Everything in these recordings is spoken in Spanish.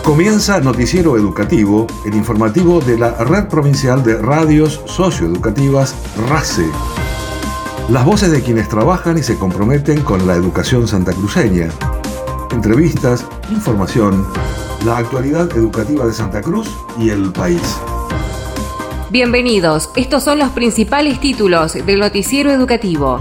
Comienza Noticiero Educativo, el informativo de la Red Provincial de Radios Socioeducativas RACE. Las voces de quienes trabajan y se comprometen con la educación santacruceña. Entrevistas, información, la actualidad educativa de Santa Cruz y el país. Bienvenidos, estos son los principales títulos del Noticiero Educativo.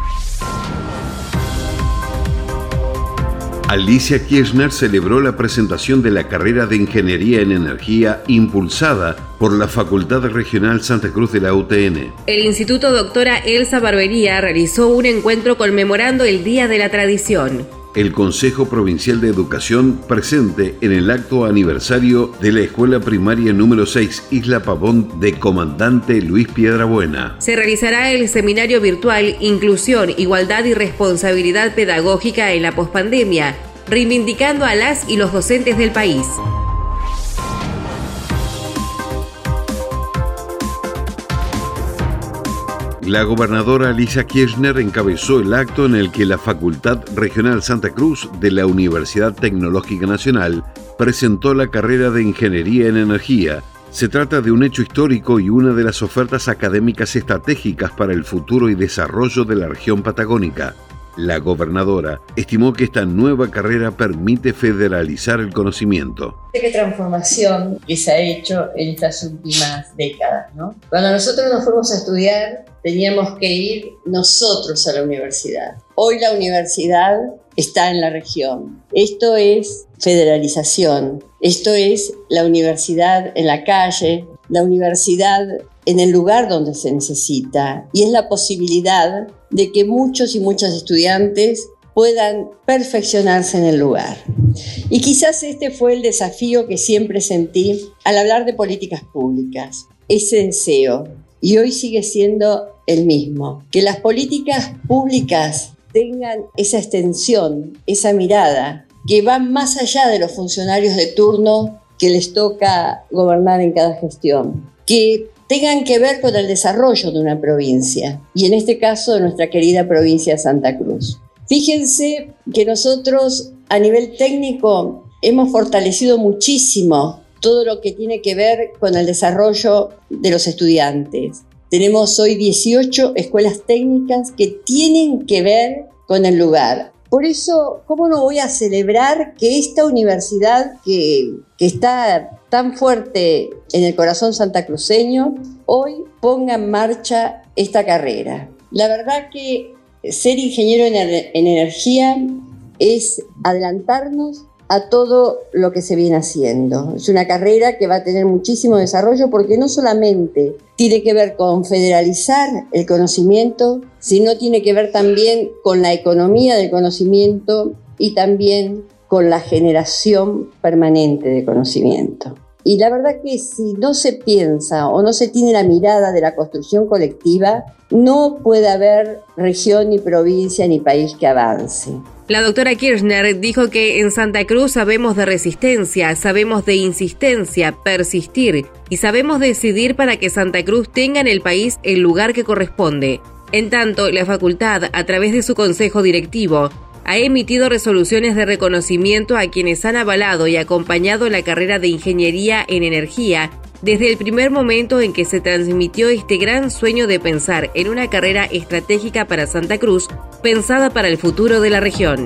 Alicia Kirchner celebró la presentación de la carrera de Ingeniería en Energía impulsada por la Facultad Regional Santa Cruz de la UTN. El Instituto Doctora Elsa Barbería realizó un encuentro conmemorando el Día de la Tradición. El Consejo Provincial de Educación presente en el acto aniversario de la Escuela Primaria número 6 Isla Pavón de Comandante Luis Piedrabuena. Se realizará el seminario virtual Inclusión, Igualdad y Responsabilidad Pedagógica en la Pospandemia, reivindicando a las y los docentes del país. La gobernadora Alicia Kirchner encabezó el acto en el que la Facultad Regional Santa Cruz de la Universidad Tecnológica Nacional presentó la carrera de Ingeniería en Energía. Se trata de un hecho histórico y una de las ofertas académicas estratégicas para el futuro y desarrollo de la región patagónica. La gobernadora estimó que esta nueva carrera permite federalizar el conocimiento. Qué transformación que se ha hecho en estas últimas décadas, ¿no? Cuando nosotros nos fuimos a estudiar, teníamos que ir nosotros a la universidad. Hoy la universidad está en la región. Esto es federalización. Esto es la universidad en la calle, la universidad en el lugar donde se necesita. Y es la posibilidad de que muchos y muchas estudiantes puedan perfeccionarse en el lugar. Y quizás este fue el desafío que siempre sentí al hablar de políticas públicas. Ese deseo. Y hoy sigue siendo el mismo. Que las políticas públicas tengan esa extensión, esa mirada, que va más allá de los funcionarios de turno que les toca gobernar en cada gestión. Que tengan que ver con el desarrollo de una provincia, y en este caso de nuestra querida provincia de Santa Cruz. Fíjense que nosotros a nivel técnico hemos fortalecido muchísimo todo lo que tiene que ver con el desarrollo de los estudiantes. Tenemos hoy 18 escuelas técnicas que tienen que ver con el lugar. Por eso, ¿cómo no voy a celebrar que esta universidad que está tan fuerte en el corazón santacruceño, hoy ponga en marcha esta carrera? La verdad que ser ingeniero en energía es adelantarnos a todo lo que se viene haciendo. Es una carrera que va a tener muchísimo desarrollo porque no solamente tiene que ver con federalizar el conocimiento, sino tiene que ver también con la economía del conocimiento y también con la generación permanente de conocimiento. Y la verdad que si no se piensa o no se tiene la mirada de la construcción colectiva, no puede haber región, ni provincia, ni país que avance. La doctora Kirchner dijo que en Santa Cruz sabemos de resistencia, sabemos de insistencia, persistir y sabemos decidir para que Santa Cruz tenga en el país el lugar que corresponde. En tanto, la facultad, a través de su consejo directivo, ha emitido resoluciones de reconocimiento a quienes han avalado y acompañado la carrera de Ingeniería en Energía desde el primer momento en que se transmitió este gran sueño de pensar en una carrera estratégica para Santa Cruz, pensada para el futuro de la región.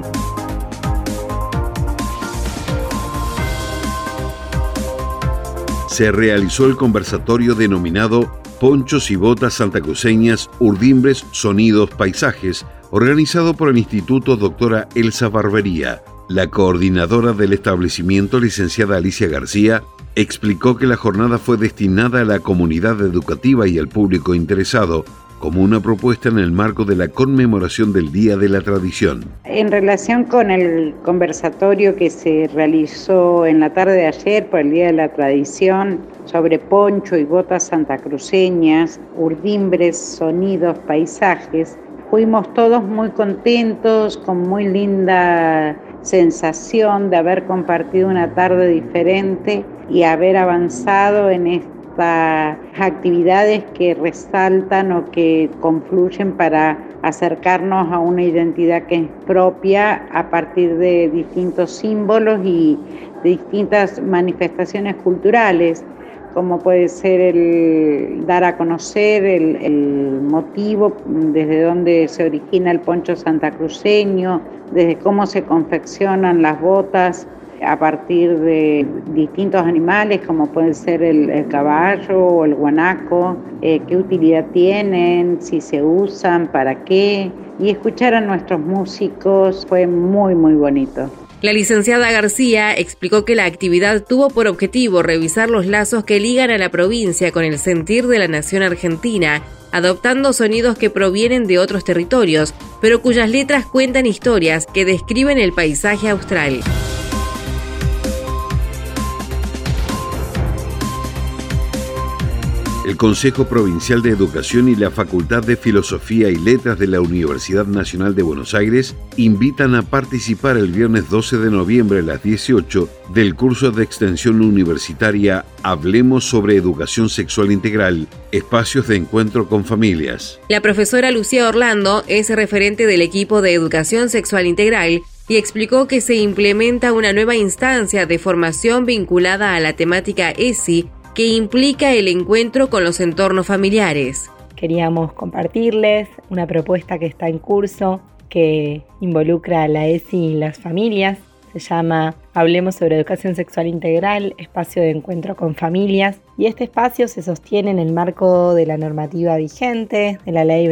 Se realizó el conversatorio denominado Ponchos y Botas Santacruceñas, Urdimbres, Sonidos, Paisajes, organizado por el Instituto Doctora Elsa Barbería. La coordinadora del establecimiento, licenciada Alicia García, explicó que la jornada fue destinada a la comunidad educativa y al público interesado, como una propuesta en el marco de la conmemoración del Día de la Tradición. En relación con el conversatorio que se realizó en la tarde de ayer por el Día de la Tradición sobre poncho y botas santacruceñas, urdimbres, sonidos, paisajes, fuimos todos muy contentos, con muy linda sensación de haber compartido una tarde diferente y haber avanzado en estas actividades que resaltan o que confluyen para acercarnos a una identidad que es propia a partir de distintos símbolos y distintas manifestaciones culturales, como puede ser el dar a conocer el motivo desde donde se origina el poncho santacruceño, desde cómo se confeccionan las botas a partir de distintos animales, como puede ser el caballo o el guanaco, qué utilidad tienen, si se usan, para qué. Y escuchar a nuestros músicos fue muy, muy bonito. La licenciada García explicó que la actividad tuvo por objetivo revisar los lazos que ligan a la provincia con el sentir de la nación argentina, adoptando sonidos que provienen de otros territorios, pero cuyas letras cuentan historias que describen el paisaje austral. El Consejo Provincial de Educación y la Facultad de Filosofía y Letras de la Universidad Nacional de Buenos Aires invitan a participar el viernes 12 de noviembre a las 18 del curso de extensión universitaria Hablemos sobre Educación Sexual Integral, espacios de encuentro con familias. La profesora Lucía Orlando es referente del equipo de Educación Sexual Integral y explicó que se implementa una nueva instancia de formación vinculada a la temática ESI, que implica el encuentro con los entornos familiares. Queríamos compartirles una propuesta que está en curso que involucra a la ESI y las familias. Se llama Hablemos sobre Educación Sexual Integral, espacio de encuentro con familias. Y este espacio se sostiene en el marco de la normativa vigente, de la Ley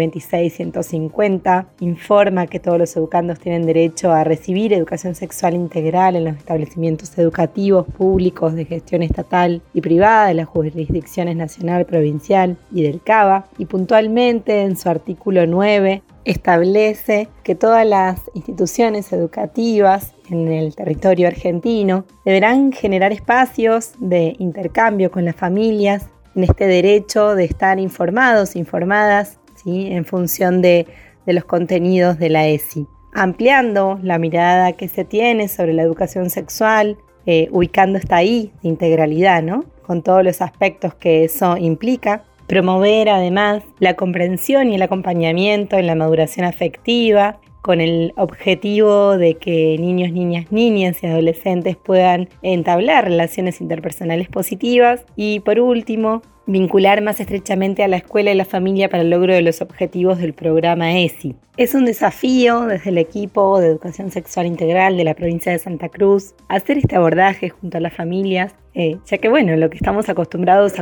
26.150. Informa que todos los educandos tienen derecho a recibir educación sexual integral en los establecimientos educativos públicos de gestión estatal y privada de las jurisdicciones nacional, provincial y del CABA. Y puntualmente en su artículo 9 establece que todas las instituciones educativas en el territorio argentino deberán generar espacios de intercambio con las familias en este derecho de estar informados, informadas, ¿sí?, en función de los contenidos de la ESI, ampliando la mirada que se tiene sobre la educación sexual, ubicando esta I de integralidad, ¿no?, con todos los aspectos que eso implica. Promover además la comprensión y el acompañamiento en la maduración afectiva, con el objetivo de que niños, niñas y adolescentes puedan entablar relaciones interpersonales positivas. Y por último, vincular más estrechamente a la escuela y la familia para el logro de los objetivos del programa ESI. Es un desafío desde el equipo de Educación Sexual Integral de la provincia de Santa Cruz hacer este abordaje junto a las familias, ya que lo que estamos acostumbradas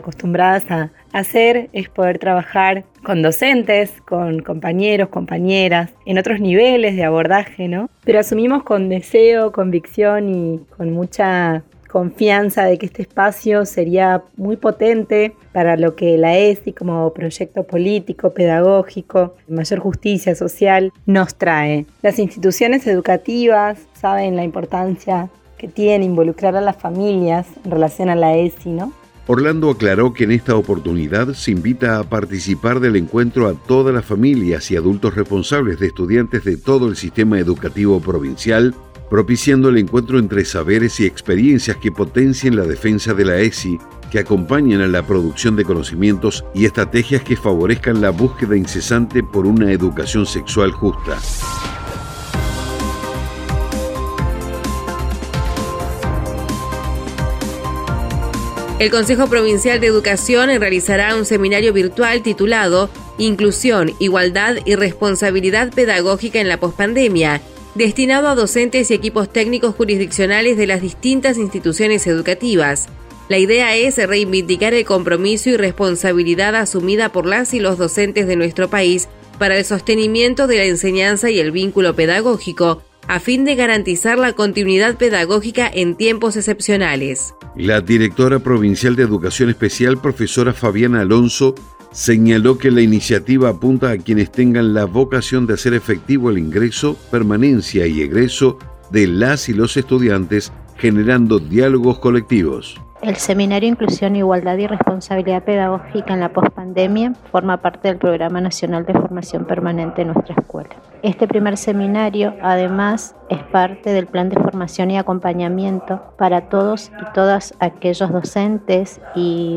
a hacer es poder trabajar con docentes, con compañeros, compañeras, en otros niveles de abordaje, ¿no? Pero asumimos con deseo, convicción y con mucha confianza de que este espacio sería muy potente para lo que la ESI como proyecto político, pedagógico, de mayor justicia social nos trae. Las instituciones educativas saben la importancia que tiene involucrar a las familias en relación a la ESI, ¿no? Orlando aclaró que en esta oportunidad se invita a participar del encuentro a todas las familias y adultos responsables de estudiantes de todo el sistema educativo provincial, propiciando el encuentro entre saberes y experiencias que potencien la defensa de la ESI, que acompañen a la producción de conocimientos y estrategias que favorezcan la búsqueda incesante por una educación sexual justa. El Consejo Provincial de Educación realizará un seminario virtual titulado Inclusión, Igualdad y Responsabilidad Pedagógica en la Pospandemia, destinado a docentes y equipos técnicos jurisdiccionales de las distintas instituciones educativas. La idea es reivindicar el compromiso y responsabilidad asumida por las y los docentes de nuestro país para el sostenimiento de la enseñanza y el vínculo pedagógico, a fin de garantizar la continuidad pedagógica en tiempos excepcionales. La directora provincial de Educación Especial, profesora Fabiana Alonso, señaló que la iniciativa apunta a quienes tengan la vocación de hacer efectivo el ingreso, permanencia y egreso de las y los estudiantes, generando diálogos colectivos. El Seminario Inclusión, Igualdad y Responsabilidad Pedagógica en la Pospandemia forma parte del Programa Nacional de Formación Permanente en nuestra escuela. Este primer seminario, además, es parte del plan de formación y acompañamiento para todos y todas aquellos docentes y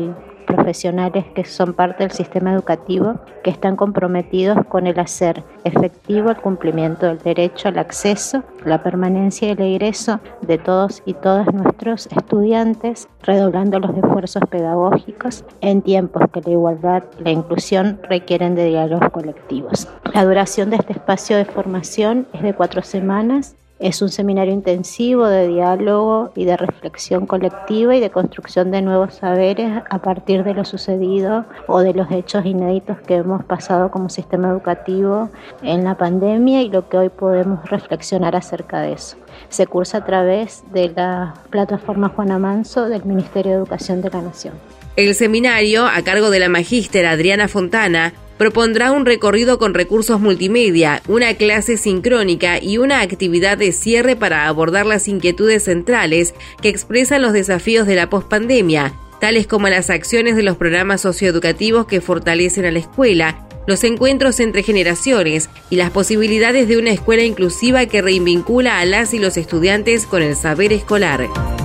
profesionales que son parte del sistema educativo, que están comprometidos con el hacer efectivo el cumplimiento del derecho al acceso, la permanencia y el egreso de todos y todas nuestros estudiantes, redoblando los esfuerzos pedagógicos en tiempos que la igualdad y la inclusión requieren de diálogos colectivos. La duración de este espacio de formación es de 4 semanas. Es un seminario intensivo de diálogo y de reflexión colectiva y de construcción de nuevos saberes a partir de lo sucedido o de los hechos inéditos que hemos pasado como sistema educativo en la pandemia y lo que hoy podemos reflexionar acerca de eso. Se cursa a través de la plataforma Juana Manso del Ministerio de Educación de la Nación. El seminario, a cargo de la magíster Adriana Fontana, propondrá un recorrido con recursos multimedia, una clase sincrónica y una actividad de cierre para abordar las inquietudes centrales que expresan los desafíos de la pospandemia, tales como las acciones de los programas socioeducativos que fortalecen a la escuela, los encuentros entre generaciones y las posibilidades de una escuela inclusiva que reivincula a las y los estudiantes con el saber escolar.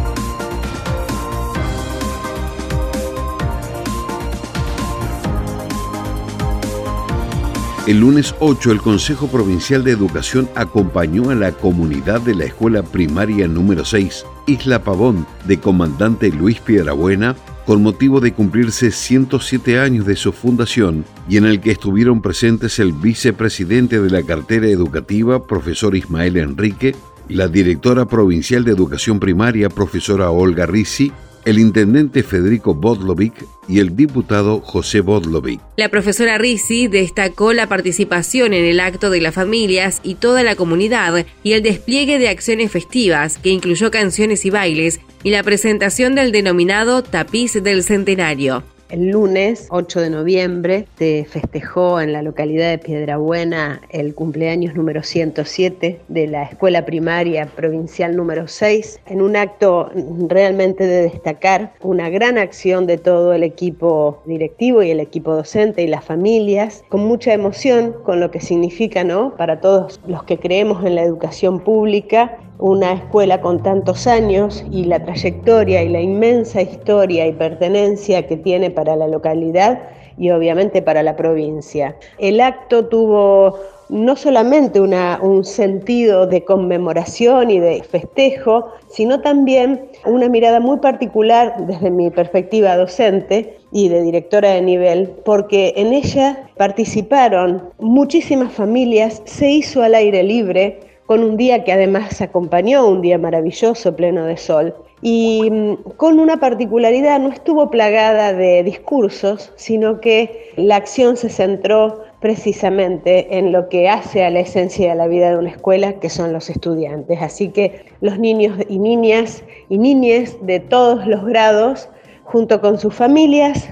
El lunes 8, el Consejo Provincial de Educación acompañó a la comunidad de la Escuela Primaria número 6, Isla Pavón, de Comandante Luis Piedrabuena, con motivo de cumplirse 107 años de su fundación, y en el que estuvieron presentes el vicepresidente de la cartera educativa, profesor Ismael Enrique, la directora provincial de Educación Primaria, profesora Olga Risi, el intendente Federico Bodlovic y el diputado José Bodlovic. La profesora Risi destacó la participación en el acto de las familias y toda la comunidad y el despliegue de acciones festivas que incluyó canciones y bailes y la presentación del denominado tapiz del centenario. El lunes 8 de noviembre se festejó en la localidad de Piedrabuena el cumpleaños número 107 de la Escuela Primaria Provincial número 6, en un acto realmente de destacar una gran acción de todo el equipo directivo y el equipo docente y las familias, con mucha emoción, con lo que significa, ¿no?, para todos los que creemos en la educación pública, una escuela con tantos años y la trayectoria y la inmensa historia y pertenencia que tiene para la localidad y obviamente para la provincia. El acto tuvo no solamente un sentido de conmemoración y de festejo, sino también una mirada muy particular desde mi perspectiva docente y de directora de nivel, porque en ella participaron muchísimas familias, se hizo al aire libre, con un día que además acompañó, un día maravilloso, pleno de sol, y con una particularidad, no estuvo plagada de discursos, sino que la acción se centró precisamente en lo que hace a la esencia de la vida de una escuela, que son los estudiantes. Así que los niños y niñas y niñes de todos los grados, junto con sus familias,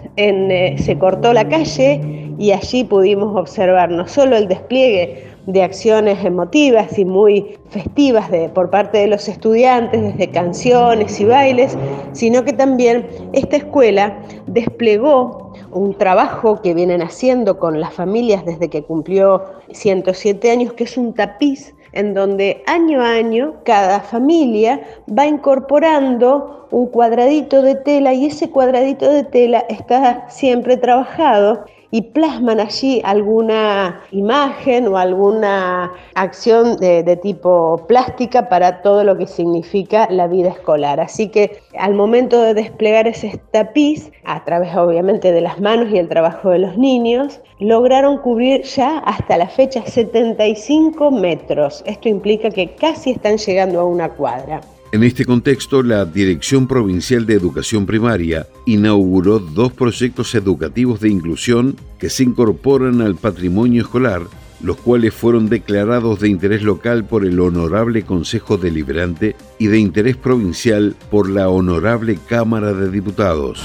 se cortó la calle y allí pudimos observar no solo el despliegue de acciones emotivas y muy festivas por parte de los estudiantes, desde canciones y bailes, sino que también esta escuela desplegó un trabajo que vienen haciendo con las familias desde que cumplió 107 años, que es un tapiz en donde año a año cada familia va incorporando un cuadradito de tela y ese cuadradito de tela está siempre trabajado y plasman allí alguna imagen o alguna acción de tipo plástica para todo lo que significa la vida escolar. Así que al momento de desplegar ese tapiz, a través obviamente de las manos y el trabajo de los niños, lograron cubrir ya hasta la fecha 75 metros. Esto implica que casi están llegando a una cuadra. En este contexto, la Dirección Provincial de Educación Primaria inauguró 2 proyectos educativos de inclusión que se incorporan al patrimonio escolar, los cuales fueron declarados de interés local por el Honorable Consejo Deliberante y de interés provincial por la Honorable Cámara de Diputados.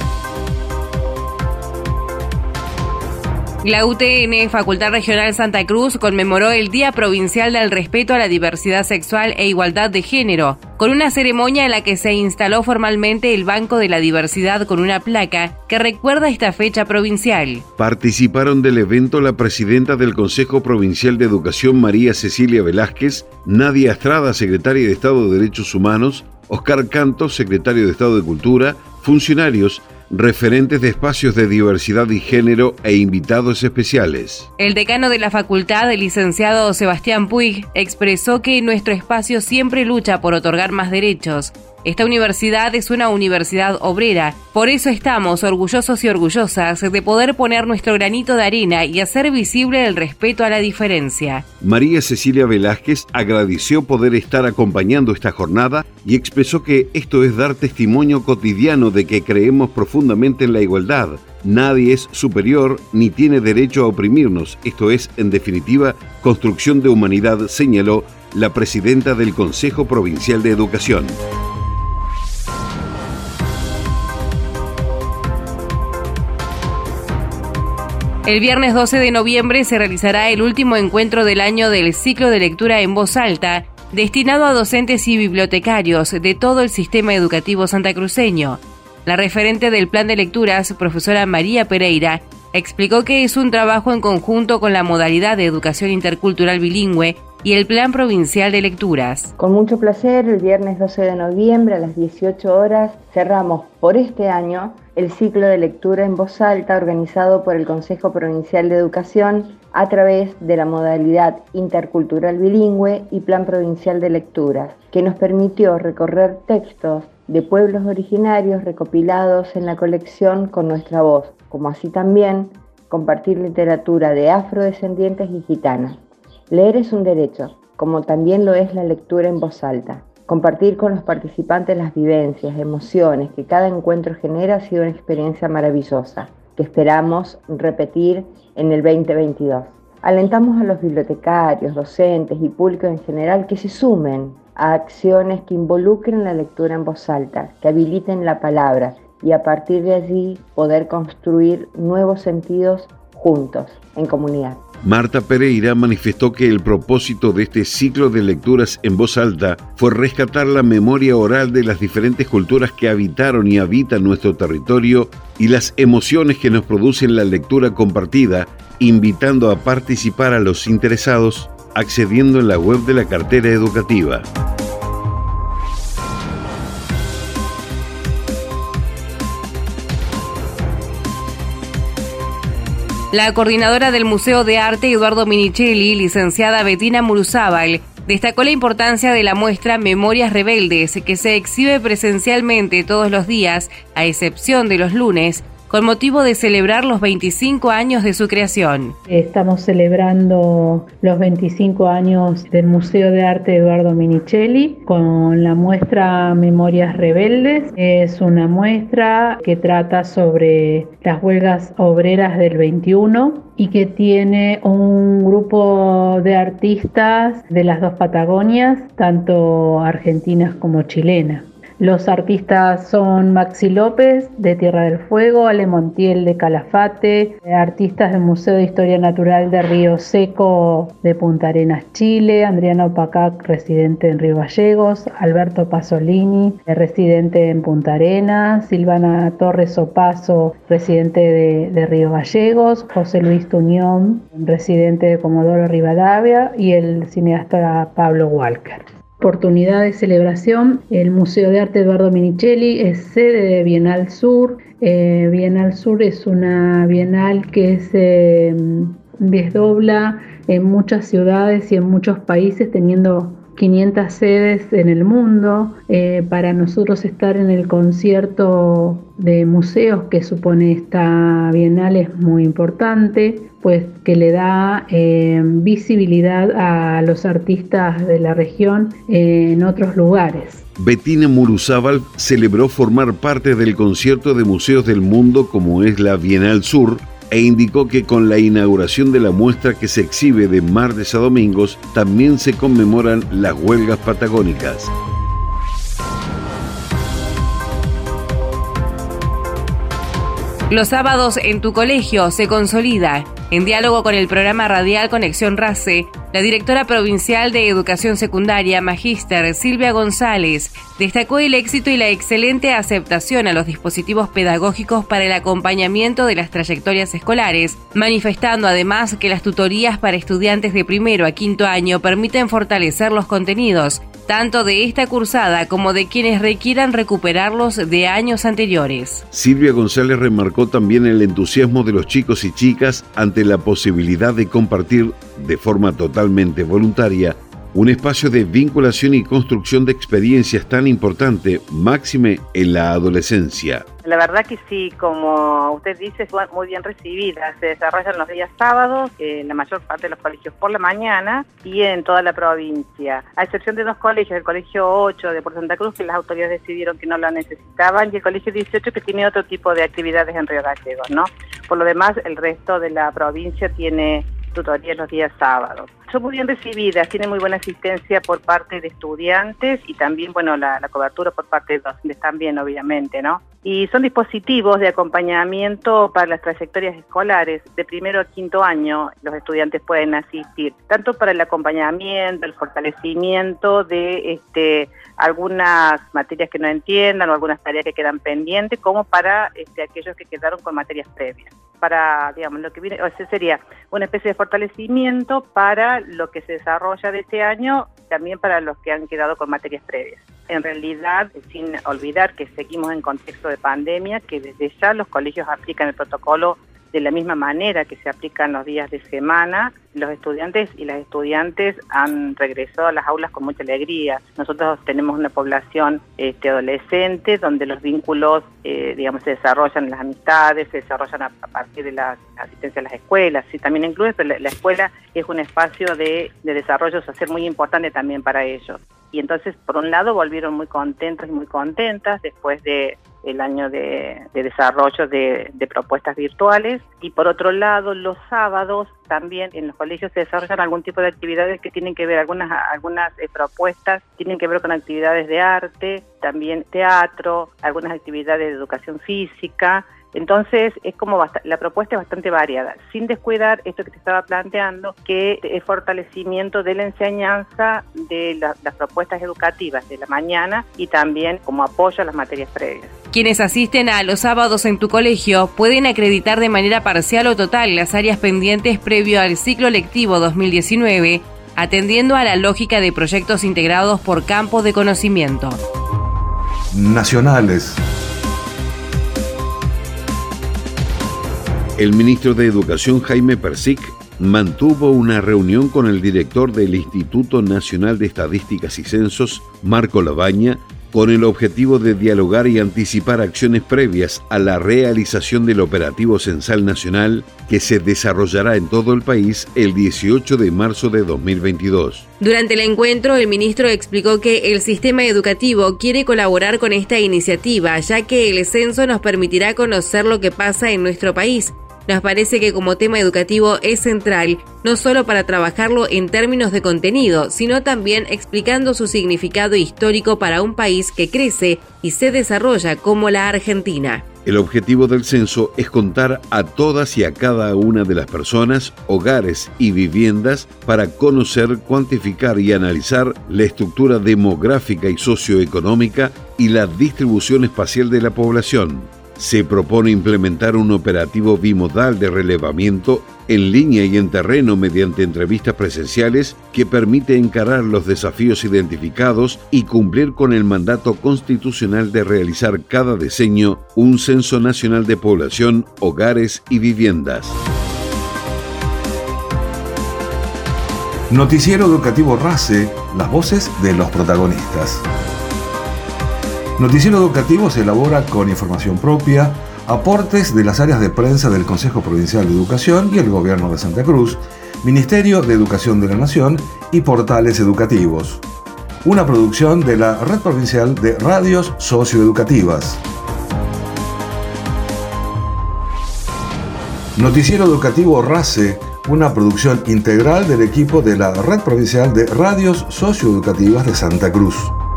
La UTN, Facultad Regional Santa Cruz, conmemoró el Día Provincial del Respeto a la Diversidad Sexual e Igualdad de Género, con una ceremonia en la que se instaló formalmente el Banco de la Diversidad con una placa que recuerda esta fecha provincial. Participaron del evento la presidenta del Consejo Provincial de Educación, María Cecilia Velázquez, Nadia Estrada, secretaria de Estado de Derechos Humanos, Oscar Cantos, secretario de Estado de Cultura, funcionarios, referentes de espacios de diversidad y género e invitados especiales. El decano de la facultad, el licenciado Sebastián Puig, expresó que nuestro espacio siempre lucha por otorgar más derechos. Esta universidad es una universidad obrera, por eso estamos orgullosos y orgullosas de poder poner nuestro granito de arena y hacer visible el respeto a la diferencia. María Cecilia Velázquez agradeció poder estar acompañando esta jornada y expresó que esto es dar testimonio cotidiano de que creemos profundamente en la igualdad. Nadie es superior ni tiene derecho a oprimirnos. Esto es, en definitiva, construcción de humanidad, señaló la presidenta del Consejo Provincial de Educación. El viernes 12 de noviembre se realizará el último encuentro del año del ciclo de lectura en voz alta, destinado a docentes y bibliotecarios de todo el sistema educativo santacruceño. La referente del plan de lecturas, profesora María Pereira, explicó que es un trabajo en conjunto con la modalidad de educación intercultural bilingüe y el Plan Provincial de Lecturas. Con mucho placer, el viernes 12 de noviembre a las 18 horas cerramos por este año el ciclo de lectura en voz alta organizado por el Consejo Provincial de Educación a través de la modalidad intercultural bilingüe y Plan Provincial de Lecturas, que nos permitió recorrer textos de pueblos originarios recopilados en la colección Con Nuestra Voz, como así también compartir literatura de afrodescendientes y gitanas. Leer es un derecho, como también lo es la lectura en voz alta. Compartir con los participantes las vivencias, emociones que cada encuentro genera ha sido una experiencia maravillosa, que esperamos repetir en el 2022. Alentamos a los bibliotecarios, docentes y público en general que se sumen a acciones que involucren la lectura en voz alta, que habiliten la palabra y a partir de allí poder construir nuevos sentidos juntos, en comunidad. Marta Pereira manifestó que el propósito de este ciclo de lecturas en voz alta fue rescatar la memoria oral de las diferentes culturas que habitaron y habitan nuestro territorio y las emociones que nos producen la lectura compartida, invitando a participar a los interesados accediendo en la web de la cartera educativa. La coordinadora del Museo de Arte, Eduardo Minichelli, licenciada Bettina Muruzábal, destacó la importancia de la muestra Memorias Rebeldes, que se exhibe presencialmente todos los días, a excepción de los lunes, con motivo de celebrar los 25 años de su creación. Estamos celebrando los 25 años del Museo de Arte Eduardo Minichelli con la muestra Memorias Rebeldes. Es una muestra que trata sobre las huelgas obreras del 21 y que tiene un grupo de artistas de las dos Patagonias, tanto argentinas como chilenas. Los artistas son Maxi López, de Tierra del Fuego, Ale Montiel, de Calafate, artistas del Museo de Historia Natural de Río Seco, de Punta Arenas, Chile, Adriano Pacac, residente en Río Gallegos, Alberto Pasolini, residente en Punta Arenas, Silvana Torres Opaso, residente de Río Gallegos, José Luis Tuñón, residente de Comodoro Rivadavia, y el cineasta Pablo Walker. Oportunidad de celebración, el Museo de Arte Eduardo Minichelli es sede de Bienal Sur. Bienal Sur es una bienal que se desdobla en muchas ciudades y en muchos países, teniendo 500 sedes en el mundo. Para nosotros estar en el concierto de museos que supone esta bienal es muy importante, pues que le da visibilidad a los artistas de la región en otros lugares. Bettina Muruzábal celebró formar parte del concierto de museos del mundo como es la Bienal Sur e indicó que con la inauguración de la muestra que se exhibe de martes a domingos también se conmemoran las huelgas patagónicas. Los sábados en tu colegio se consolida. En diálogo con el programa radial Conexión RACE, la directora provincial de Educación Secundaria, Magíster Silvia González, destacó el éxito y la excelente aceptación a los dispositivos pedagógicos para el acompañamiento de las trayectorias escolares, manifestando además que las tutorías para estudiantes de primero a quinto año permiten fortalecer los contenidos, tanto de esta cursada como de quienes requieran recuperarlos de años anteriores. Silvia González remarcó también el entusiasmo de los chicos y chicas ante la posibilidad de compartir de forma totalmente voluntaria un espacio de vinculación y construcción de experiencias tan importante, máxime en la adolescencia. La verdad que sí, como usted dice, fue muy bien recibida. Se desarrollan los días sábados, en la mayor parte de los colegios por la mañana y en toda la provincia. A excepción de 2 colegios, el colegio 8 de Puerto Santa Cruz, que las autoridades decidieron que no lo necesitaban, y el colegio 18 que tiene otro tipo de actividades en Río Gallegos, ¿no? Por lo demás, el resto de la provincia tiene tutorías los días sábados. Son muy bien recibidas, tienen muy buena asistencia por parte de estudiantes y también, bueno, la cobertura por parte de docentes también, obviamente, ¿no? Y son dispositivos de acompañamiento para las trayectorias escolares. De primero a quinto año los estudiantes pueden asistir, tanto para el acompañamiento, el fortalecimiento de algunas materias que no entiendan o algunas tareas que quedan pendientes, como para aquellos que quedaron con materias previas. Para, digamos, lo que viene, o sea, sería una especie de fortalecimiento para lo que se desarrolla de este año, también para los que han quedado con materias previas. En realidad, sin olvidar que seguimos en contexto de pandemia, que desde ya los colegios aplican el protocolo de la misma manera que se aplican los días de semana. Los estudiantes y las estudiantes han regresado a las aulas con mucha alegría. Nosotros tenemos una población adolescente donde los vínculos, se desarrollan, las amistades, se desarrollan a partir de la asistencia a las escuelas. Sí, también incluye, pero la escuela es un espacio de desarrollo social muy importante también para ellos. Y entonces, por un lado, volvieron muy contentos y muy contentas después de el año de desarrollo de propuestas virtuales, y por otro lado, los sábados también en los colegios se desarrollan algún tipo de actividades que tienen que ver, algunas propuestas tienen que ver con actividades de arte, también teatro, algunas actividades de educación física. Entonces es como la propuesta es bastante variada, sin descuidar esto que te estaba planteando, que es fortalecimiento de la enseñanza de las propuestas educativas de la mañana y también como apoyo a las materias previas. Quienes asisten a los sábados en tu colegio pueden acreditar de manera parcial o total las áreas pendientes previo al ciclo lectivo 2019, atendiendo a la lógica de proyectos integrados por campos de conocimiento. Nacionales. El ministro de Educación, Jaime Persic, mantuvo una reunión con el director del Instituto Nacional de Estadísticas y Censos, Marco Labaña, con el objetivo de dialogar y anticipar acciones previas a la realización del operativo censal nacional que se desarrollará en todo el país el 18 de marzo de 2022. Durante el encuentro, el ministro explicó que el sistema educativo quiere colaborar con esta iniciativa, ya que el censo nos permitirá conocer lo que pasa en nuestro país. Nos parece que como tema educativo es central, no solo para trabajarlo en términos de contenido, sino también explicando su significado histórico para un país que crece y se desarrolla como la Argentina. El objetivo del censo es contar a todas y a cada una de las personas, hogares y viviendas para conocer, cuantificar y analizar la estructura demográfica y socioeconómica y la distribución espacial de la población. Se propone implementar un operativo bimodal de relevamiento en línea y en terreno mediante entrevistas presenciales que permite encarar los desafíos identificados y cumplir con el mandato constitucional de realizar cada decenio un censo nacional de población, hogares y viviendas. Noticiero Educativo RACE, las voces de los protagonistas. Noticiero Educativo se elabora con información propia, aportes de las áreas de prensa del Consejo Provincial de Educación y el Gobierno de Santa Cruz, Ministerio de Educación de la Nación y portales educativos. Una producción de la Red Provincial de Radios Socioeducativas. Noticiero Educativo RACE, una producción integral del equipo de la Red Provincial de Radios Socioeducativas de Santa Cruz.